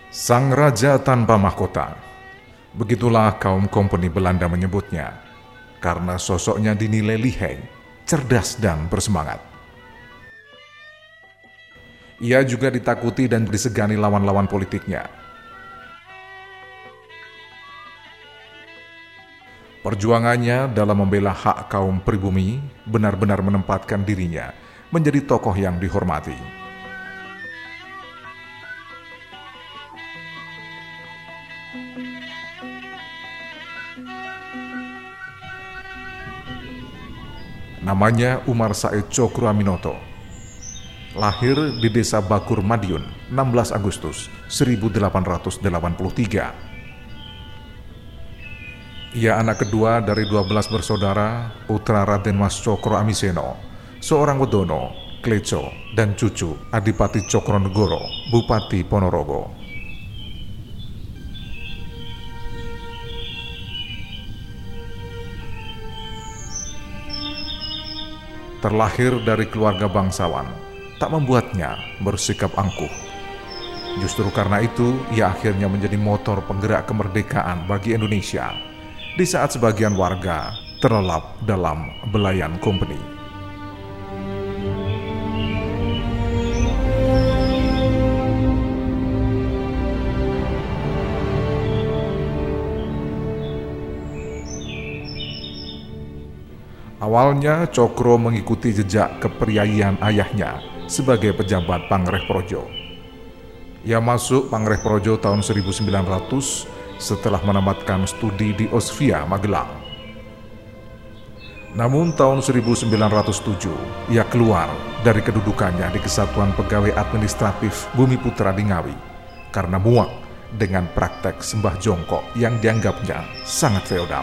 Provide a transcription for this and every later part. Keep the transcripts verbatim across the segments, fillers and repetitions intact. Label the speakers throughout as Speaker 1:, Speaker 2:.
Speaker 1: Sang Raja Tanpa Mahkota. Begitulah kaum kompeni Belanda menyebutnya, karena sosoknya dinilai lihai, cerdas dan bersemangat. Ia juga ditakuti dan disegani lawan-lawan politiknya. Perjuangannya dalam membela hak kaum pribumi benar-benar menempatkan dirinya menjadi tokoh yang dihormati. Namanya Umar Said Cokroaminoto. Lahir di desa Bakur, Madiun, enam belas Agustus seribu delapan ratus delapan puluh tiga. Ia anak kedua dari dua belas bersaudara, putra Raden Mas Cokroamiseno, seorang Wedono, Kleco, dan cucu Adipati Cokronegoro, Bupati Ponorogo. Terlahir dari keluarga bangsawan, tak membuatnya bersikap angkuh. Justru karena itu, ia akhirnya menjadi motor penggerak kemerdekaan bagi Indonesia di saat sebagian warga terlelap dalam belayan kompeni. Awalnya Cokro mengikuti jejak kepriayian ayahnya sebagai pejabat Pangreh Projo. Ia masuk Pangreh Projo tahun seribu sembilan ratus setelah menamatkan studi di Osvia, Magelang. Namun tahun seribu sembilan ratus tujuh ia keluar dari kedudukannya di Kesatuan Pegawai Administratif Bumiputra di Ngawi karena muak dengan praktek sembah jongkok yang dianggapnya sangat feodal.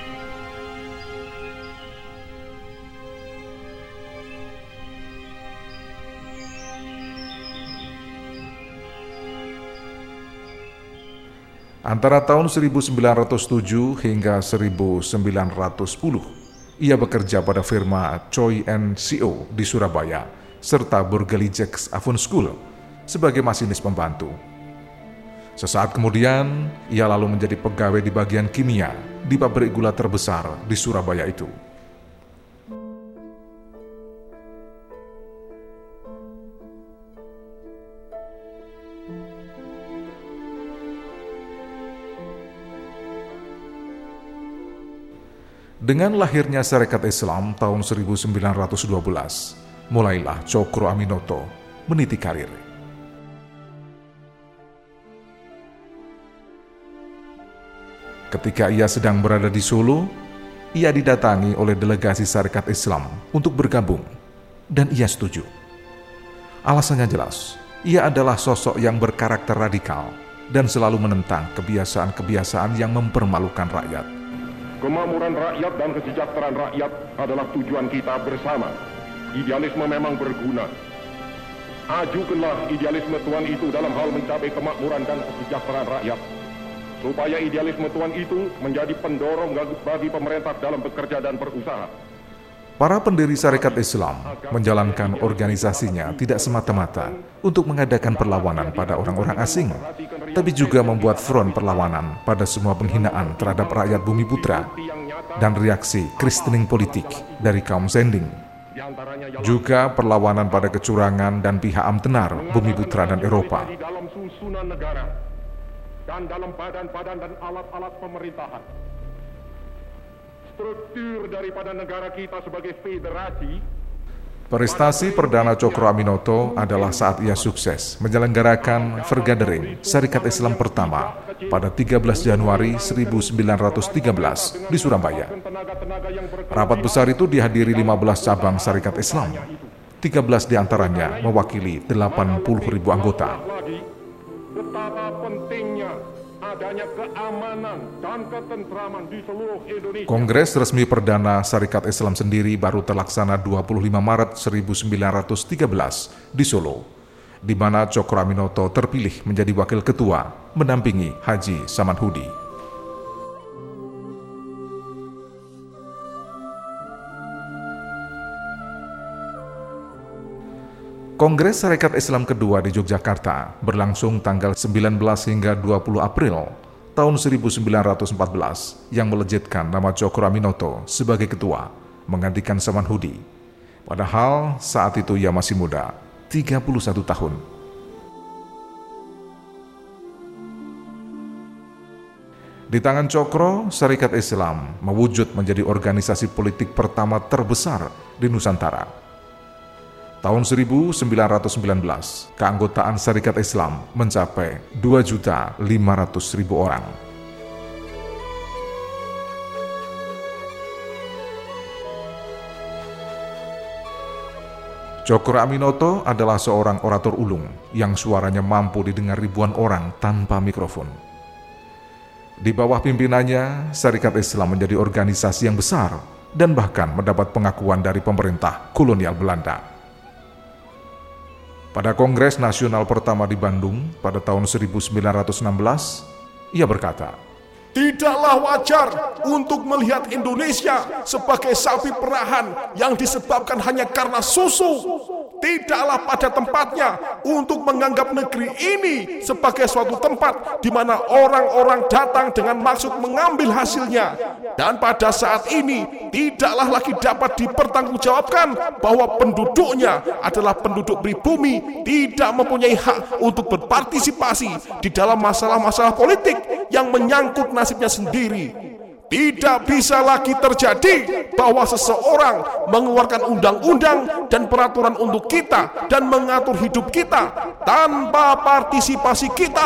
Speaker 1: Antara tahun seribu sembilan ratus tujuh hingga seribu sembilan ratus sepuluh, ia bekerja pada firma Choi and Co di Surabaya, serta Burgelijeks Avon School sebagai masinis pembantu. Sesaat kemudian, ia lalu menjadi pegawai di bagian kimia di pabrik gula terbesar di Surabaya itu. Dengan lahirnya Sarekat Islam tahun seribu sembilan ratus dua belas, mulailah Cokroaminoto meniti karir. Ketika ia sedang berada di Solo, ia didatangi oleh delegasi Sarekat Islam untuk bergabung, dan ia setuju. Alasannya jelas, ia adalah sosok yang berkarakter radikal dan selalu menentang kebiasaan-kebiasaan yang mempermalukan rakyat.
Speaker 2: Kemakmuran rakyat dan kesejahteraan rakyat adalah tujuan kita bersama. Idealisme memang berguna. Ajukanlah idealisme Tuhan itu dalam hal mencapai kemakmuran dan kesejahteraan rakyat, supaya idealisme Tuhan itu menjadi pendorong bagi pemerintah dalam bekerja dan berusaha.
Speaker 1: Para pendiri Sarekat Islam menjalankan organisasinya tidak semata-mata untuk mengadakan perlawanan pada orang-orang asing, tapi juga membuat front perlawanan pada semua penghinaan terhadap rakyat Bumiputra dan reaksi kristening politik dari kaum Sending. Juga perlawanan pada kecurangan dan pihak Amtenar, Bumiputra dan Eropa.
Speaker 2: Dan dalam badan-badan dan alat-alat pemerintahan. Struktur daripada negara kita sebagai federasi.
Speaker 1: Prestasi perdana Cokroaminoto adalah saat ia sukses menyelenggarakan Vergadering Sarekat Islam pertama pada tiga belas Januari seribu sembilan ratus tiga belas di Surabaya. Rapat besar itu dihadiri lima belas cabang Sarekat Islam, tiga belas diantaranya mewakili delapan puluh ribu anggota.
Speaker 2: Betapa pentingnya adanya keamanan dan ketentraman di seluruh Indonesia.
Speaker 1: Kongres resmi perdana Sarekat Islam sendiri baru terlaksana dua puluh lima Maret seribu sembilan ratus tiga belas di Solo, di mana Cokroaminoto terpilih menjadi wakil ketua, mendampingi Haji Samanhudi. Kongres Sarekat Islam kedua di Yogyakarta berlangsung tanggal sembilan belas hingga dua puluh April tahun seribu sembilan ratus empat belas yang melejitkan nama Cokro Aminoto sebagai ketua, menggantikan Samanhudi. Padahal saat itu ia masih muda, tiga puluh satu tahun. Di tangan Cokro, Sarekat Islam mewujud menjadi organisasi politik pertama terbesar di Nusantara. Tahun seribu sembilan ratus sembilan belas, keanggotaan Sarekat Islam mencapai dua juta lima ratus ribu orang. Cokro Aminoto adalah seorang orator ulung yang suaranya mampu didengar ribuan orang tanpa mikrofon. Di bawah pimpinannya, Sarekat Islam menjadi organisasi yang besar dan bahkan mendapat pengakuan dari pemerintah kolonial Belanda. Pada Kongres Nasional pertama di Bandung pada tahun seribu sembilan ratus enam belas, ia berkata,
Speaker 3: "Tidaklah wajar untuk melihat Indonesia sebagai sapi perahan yang disebabkan hanya karena susu. Tidaklah pada tempatnya untuk menganggap negeri ini sebagai suatu tempat di mana orang-orang datang dengan maksud mengambil hasilnya. Dan pada saat ini tidaklah lagi dapat dipertanggungjawabkan bahwa penduduknya adalah penduduk pribumi, tidak mempunyai hak untuk berpartisipasi di dalam masalah-masalah politik yang menyangkut nasibnya sendiri. Tidak bisa lagi terjadi bahwa seseorang mengeluarkan undang-undang dan peraturan untuk kita dan mengatur hidup kita tanpa partisipasi kita."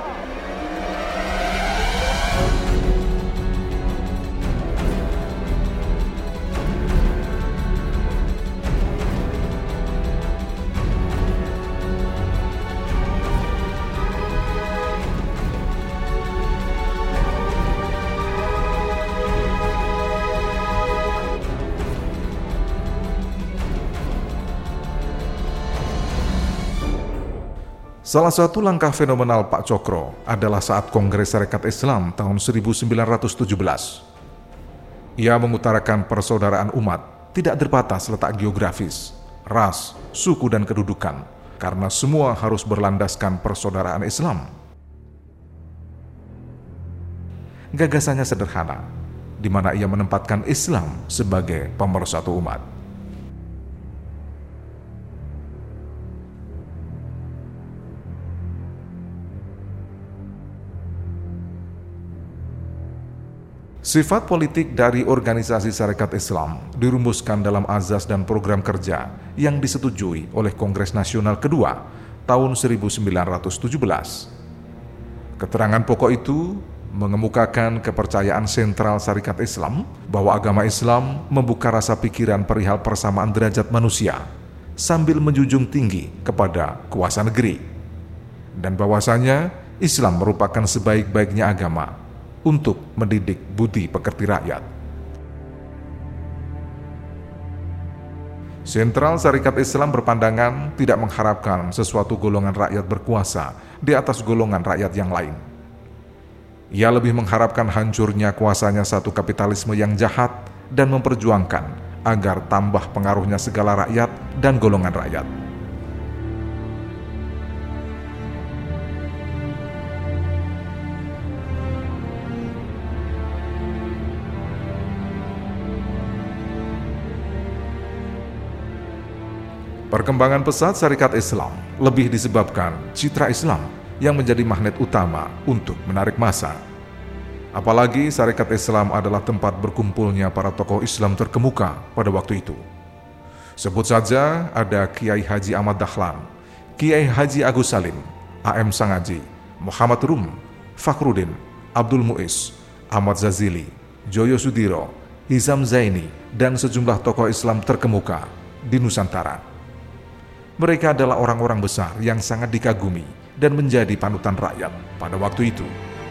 Speaker 1: Salah satu langkah fenomenal Pak Cokro adalah saat Kongres Sarekat Islam tahun seribu sembilan ratus tujuh belas. Ia mengutarakan persaudaraan umat tidak terbatas letak geografis, ras, suku, dan kedudukan, karena semua harus berlandaskan persaudaraan Islam. Gagasannya sederhana, di mana ia menempatkan Islam sebagai pemersatu umat. Sifat politik dari organisasi Sarekat Islam dirumuskan dalam azas dan program kerja yang disetujui oleh Kongres Nasional kedua tahun seribu sembilan ratus tujuh belas. Keterangan pokok itu mengemukakan kepercayaan sentral Sarekat Islam bahwa agama Islam membuka rasa pikiran perihal persamaan derajat manusia sambil menjunjung tinggi kepada kuasa negeri, dan bahwasanya Islam merupakan sebaik-baiknya agama untuk mendidik budi pekerti rakyat. Sentral Sarekat Islam berpandangan tidak mengharapkan sesuatu golongan rakyat berkuasa di atas golongan rakyat yang lain. Ia lebih mengharapkan hancurnya kuasanya satu kapitalisme yang jahat dan memperjuangkan agar tambah pengaruhnya segala rakyat dan golongan rakyat. Perkembangan pesat Sarekat Islam lebih disebabkan citra Islam yang menjadi magnet utama untuk menarik massa. Apalagi Sarekat Islam adalah tempat berkumpulnya para tokoh Islam terkemuka pada waktu itu. Sebut saja ada Kiai Haji Ahmad Dahlan, Kiai Haji Agus Salim, A M Sangaji, Muhammad Rum, Fakhruddin, Abdul Muiz, Ahmad Zazili, Joyo Sudiro, Hizam Zaini, dan sejumlah tokoh Islam terkemuka di Nusantara. Mereka adalah orang-orang besar yang sangat dikagumi dan menjadi panutan rakyat pada waktu itu.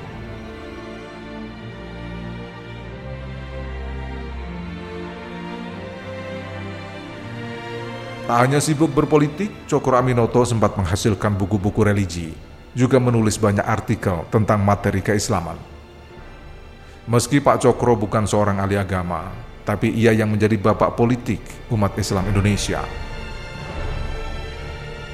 Speaker 1: Tak hanya sibuk berpolitik, Cokro Aminoto sempat menghasilkan buku-buku religi, juga menulis banyak artikel tentang materi keislaman. Meski Pak Cokro bukan seorang ahli agama, tapi ia yang menjadi bapak politik umat Islam Indonesia.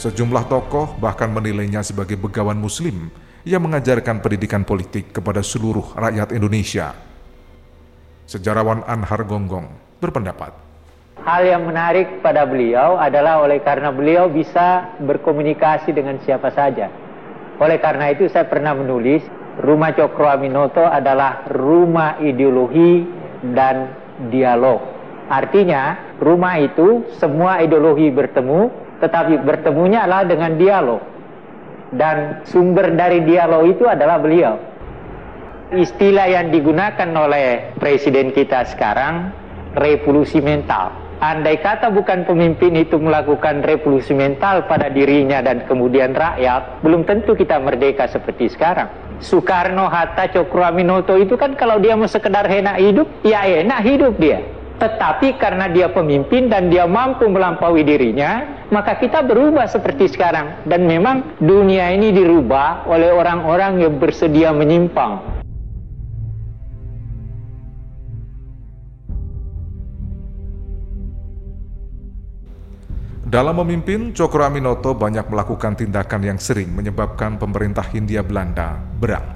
Speaker 1: Sejumlah tokoh bahkan menilainya sebagai begawan muslim yang mengajarkan pendidikan politik kepada seluruh rakyat Indonesia. Sejarawan Anhar Gonggong berpendapat,
Speaker 4: hal yang menarik pada beliau adalah oleh karena beliau bisa berkomunikasi dengan siapa saja. Oleh karena itu saya pernah menulis, Rumah Cokro Aminoto adalah rumah ideologi dan dialog. Artinya, rumah itu semua ideologi bertemu, tetapi bertemunya adalah dengan dialog. Dan sumber dari dialog itu adalah beliau. Istilah yang digunakan oleh presiden kita sekarang, revolusi mental. Andai kata bukan pemimpin itu melakukan revolusi mental pada dirinya dan kemudian rakyat, belum tentu kita merdeka seperti sekarang. Soekarno, Hatta, Cokro Aminoto itu kan kalau dia mau sekedar enak hidup, ya enak hidup dia. Tetapi karena dia pemimpin dan dia mampu melampaui dirinya, maka kita berubah seperti sekarang. Dan memang dunia ini dirubah oleh orang-orang yang bersedia menyimpang.
Speaker 1: Dalam memimpin, Cokro Aminoto banyak melakukan tindakan yang sering menyebabkan pemerintah Hindia Belanda berang.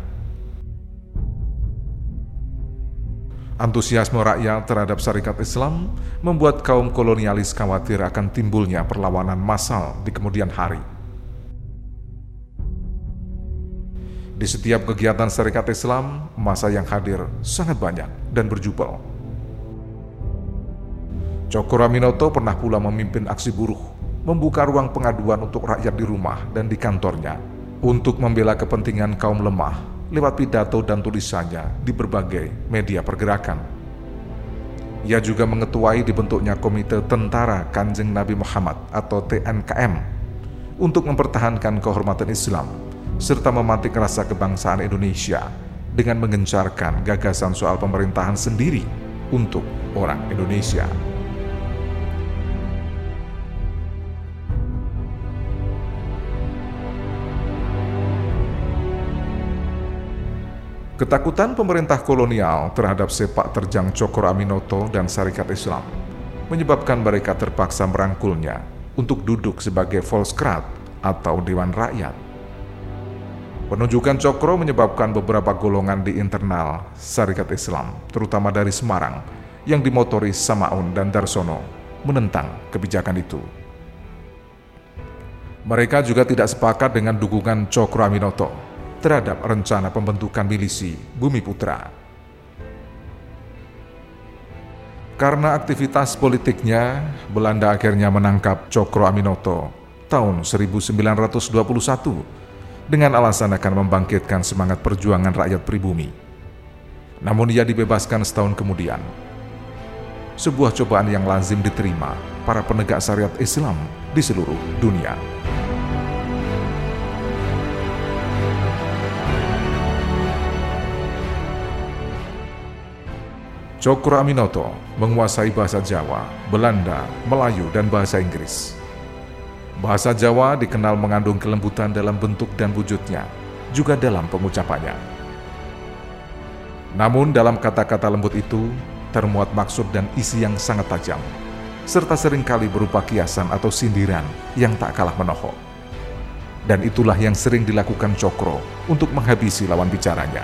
Speaker 1: Antusiasme rakyat terhadap syarikat Islam membuat kaum kolonialis khawatir akan timbulnya perlawanan massal di kemudian hari. Di setiap kegiatan syarikat Islam, massa yang hadir sangat banyak dan berjubel. Cokro Aminoto pernah pula memimpin aksi buruh, membuka ruang pengaduan untuk rakyat di rumah dan di kantornya, untuk membela kepentingan kaum lemah lewat pidato dan tulisannya di berbagai media pergerakan. Ia juga mengetuai dibentuknya Komite Tentara Kanjeng Nabi Muhammad atau T N K M untuk mempertahankan kehormatan Islam serta memantik rasa kebangsaan Indonesia dengan menggencarkan gagasan soal pemerintahan sendiri untuk orang Indonesia. Ketakutan pemerintah kolonial terhadap sepak terjang Cokro Aminoto dan Syarikat Islam menyebabkan mereka terpaksa merangkulnya untuk duduk sebagai Volksraad atau Dewan Rakyat. Penunjukan Cokro menyebabkan beberapa golongan di internal Syarikat Islam, terutama dari Semarang, yang dimotori Samaun dan Darsono, menentang kebijakan itu. Mereka juga tidak sepakat dengan dukungan Cokro Aminoto terhadap rencana pembentukan milisi Bumi Putra. Karena aktivitas politiknya, Belanda akhirnya menangkap Cokro Aminoto tahun seribu sembilan ratus dua puluh satu dengan alasan akan membangkitkan semangat perjuangan rakyat pribumi. Namun ia dibebaskan setahun kemudian. Sebuah cobaan yang lazim diterima para penegak syariat Islam di seluruh dunia. Cokro Aminoto menguasai bahasa Jawa, Belanda, Melayu, dan bahasa Inggris. Bahasa Jawa dikenal mengandung kelembutan dalam bentuk dan wujudnya, juga dalam pengucapannya. Namun dalam kata-kata lembut itu, termuat maksud dan isi yang sangat tajam, serta seringkali berupa kiasan atau sindiran yang tak kalah menohok. Dan itulah yang sering dilakukan Cokro untuk menghabisi lawan bicaranya.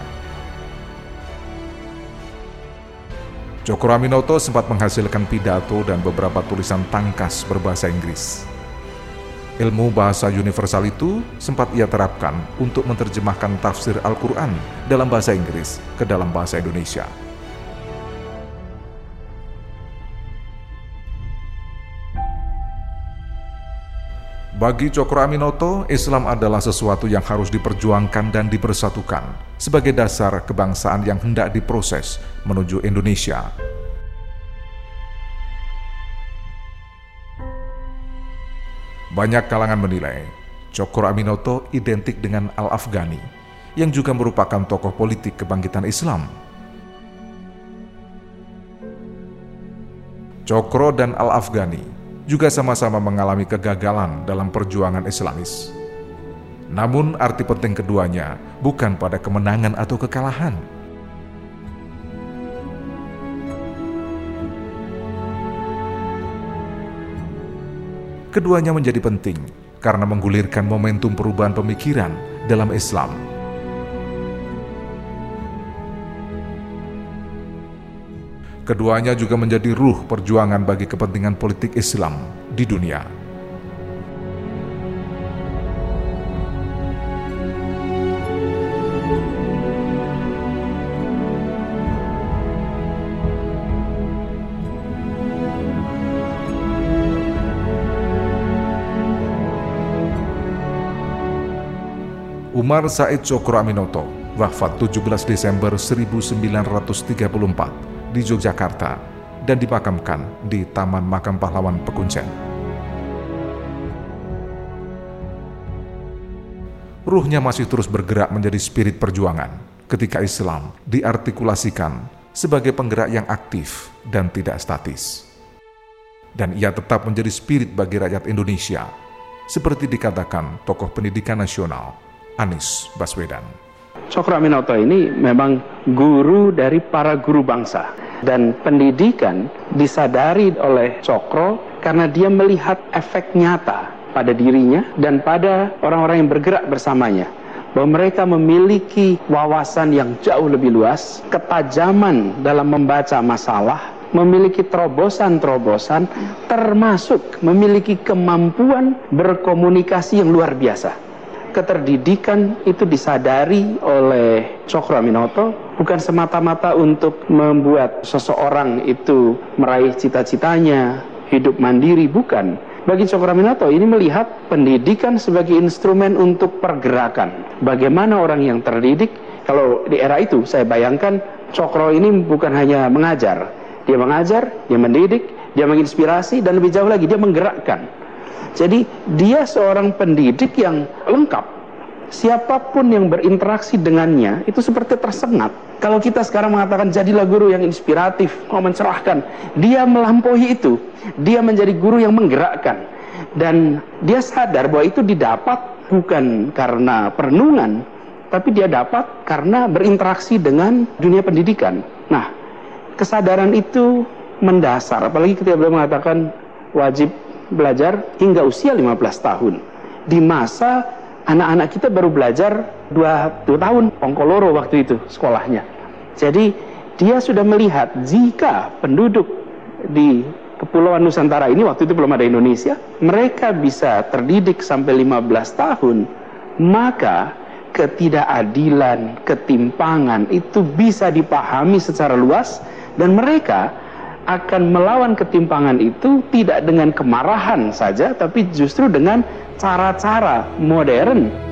Speaker 1: Cokro Aminoto sempat menghasilkan pidato dan beberapa tulisan tangkas berbahasa Inggris. Ilmu bahasa universal itu sempat ia terapkan untuk menerjemahkan tafsir Al-Quran dalam bahasa Inggris ke dalam bahasa Indonesia. Bagi Cokro Aminoto, Islam adalah sesuatu yang harus diperjuangkan dan dipersatukan sebagai dasar kebangsaan yang hendak diproses menuju Indonesia. Banyak kalangan menilai Cokro Aminoto identik dengan Al-Afghani, yang juga merupakan tokoh politik kebangkitan Islam. Cokro dan Al-Afghani juga sama-sama mengalami kegagalan dalam perjuangan Islamis. Namun arti penting keduanya bukan pada kemenangan atau kekalahan. Keduanya menjadi penting karena menggulirkan momentum perubahan pemikiran dalam Islam. Keduanya juga menjadi ruh perjuangan bagi kepentingan politik Islam di dunia. Umar Said Cokroaminoto wafat tujuh belas Desember seribu sembilan ratus tiga puluh empat di Yogyakarta dan dimakamkan di Taman Makam Pahlawan Pekuncen. Ruhnya masih terus bergerak menjadi spirit perjuangan ketika Islam diartikulasikan sebagai penggerak yang aktif dan tidak statis. Dan ia tetap menjadi spirit bagi rakyat Indonesia, seperti dikatakan tokoh pendidikan nasional Anies Baswedan.
Speaker 5: Cokroaminoto ini memang guru dari para guru bangsa, dan pendidikan disadari oleh Cokro karena dia melihat efek nyata pada dirinya dan pada orang-orang yang bergerak bersamanya, bahwa mereka memiliki wawasan yang jauh lebih luas, ketajaman dalam membaca masalah, memiliki terobosan-terobosan, termasuk memiliki kemampuan berkomunikasi yang luar biasa. Keterdidikan itu disadari oleh Cokroaminoto bukan semata-mata untuk membuat seseorang itu meraih cita-citanya, hidup mandiri, bukan. Bagi Cokroaminoto ini melihat pendidikan sebagai instrumen untuk pergerakan. Bagaimana orang yang terdidik, kalau di era itu saya bayangkan Cokro ini bukan hanya mengajar. Dia mengajar, dia mendidik, dia menginspirasi, dan lebih jauh lagi dia menggerakkan. Jadi dia seorang pendidik yang lengkap. Siapapun yang berinteraksi dengannya itu seperti tersengat. Kalau kita sekarang mengatakan jadilah guru yang inspiratif, mau mencerahkan, dia melampaui itu. Dia menjadi guru yang menggerakkan. Dan dia sadar bahwa itu didapat bukan karena perenungan, tapi dia dapat karena berinteraksi dengan dunia pendidikan. Nah, kesadaran itu mendasar, apalagi ketika beliau mengatakan wajib belajar hingga usia lima belas tahun. Di masa anak-anak kita baru belajar dua tahun, ongkoloro waktu itu sekolahnya. Jadi dia sudah melihat jika penduduk di Kepulauan Nusantara ini, waktu itu belum ada Indonesia, mereka bisa terdidik sampai lima belas tahun, maka ketidakadilan, ketimpangan itu bisa dipahami secara luas, dan mereka akan melawan ketimpangan itu tidak dengan kemarahan saja, tapi justru dengan cara-cara modern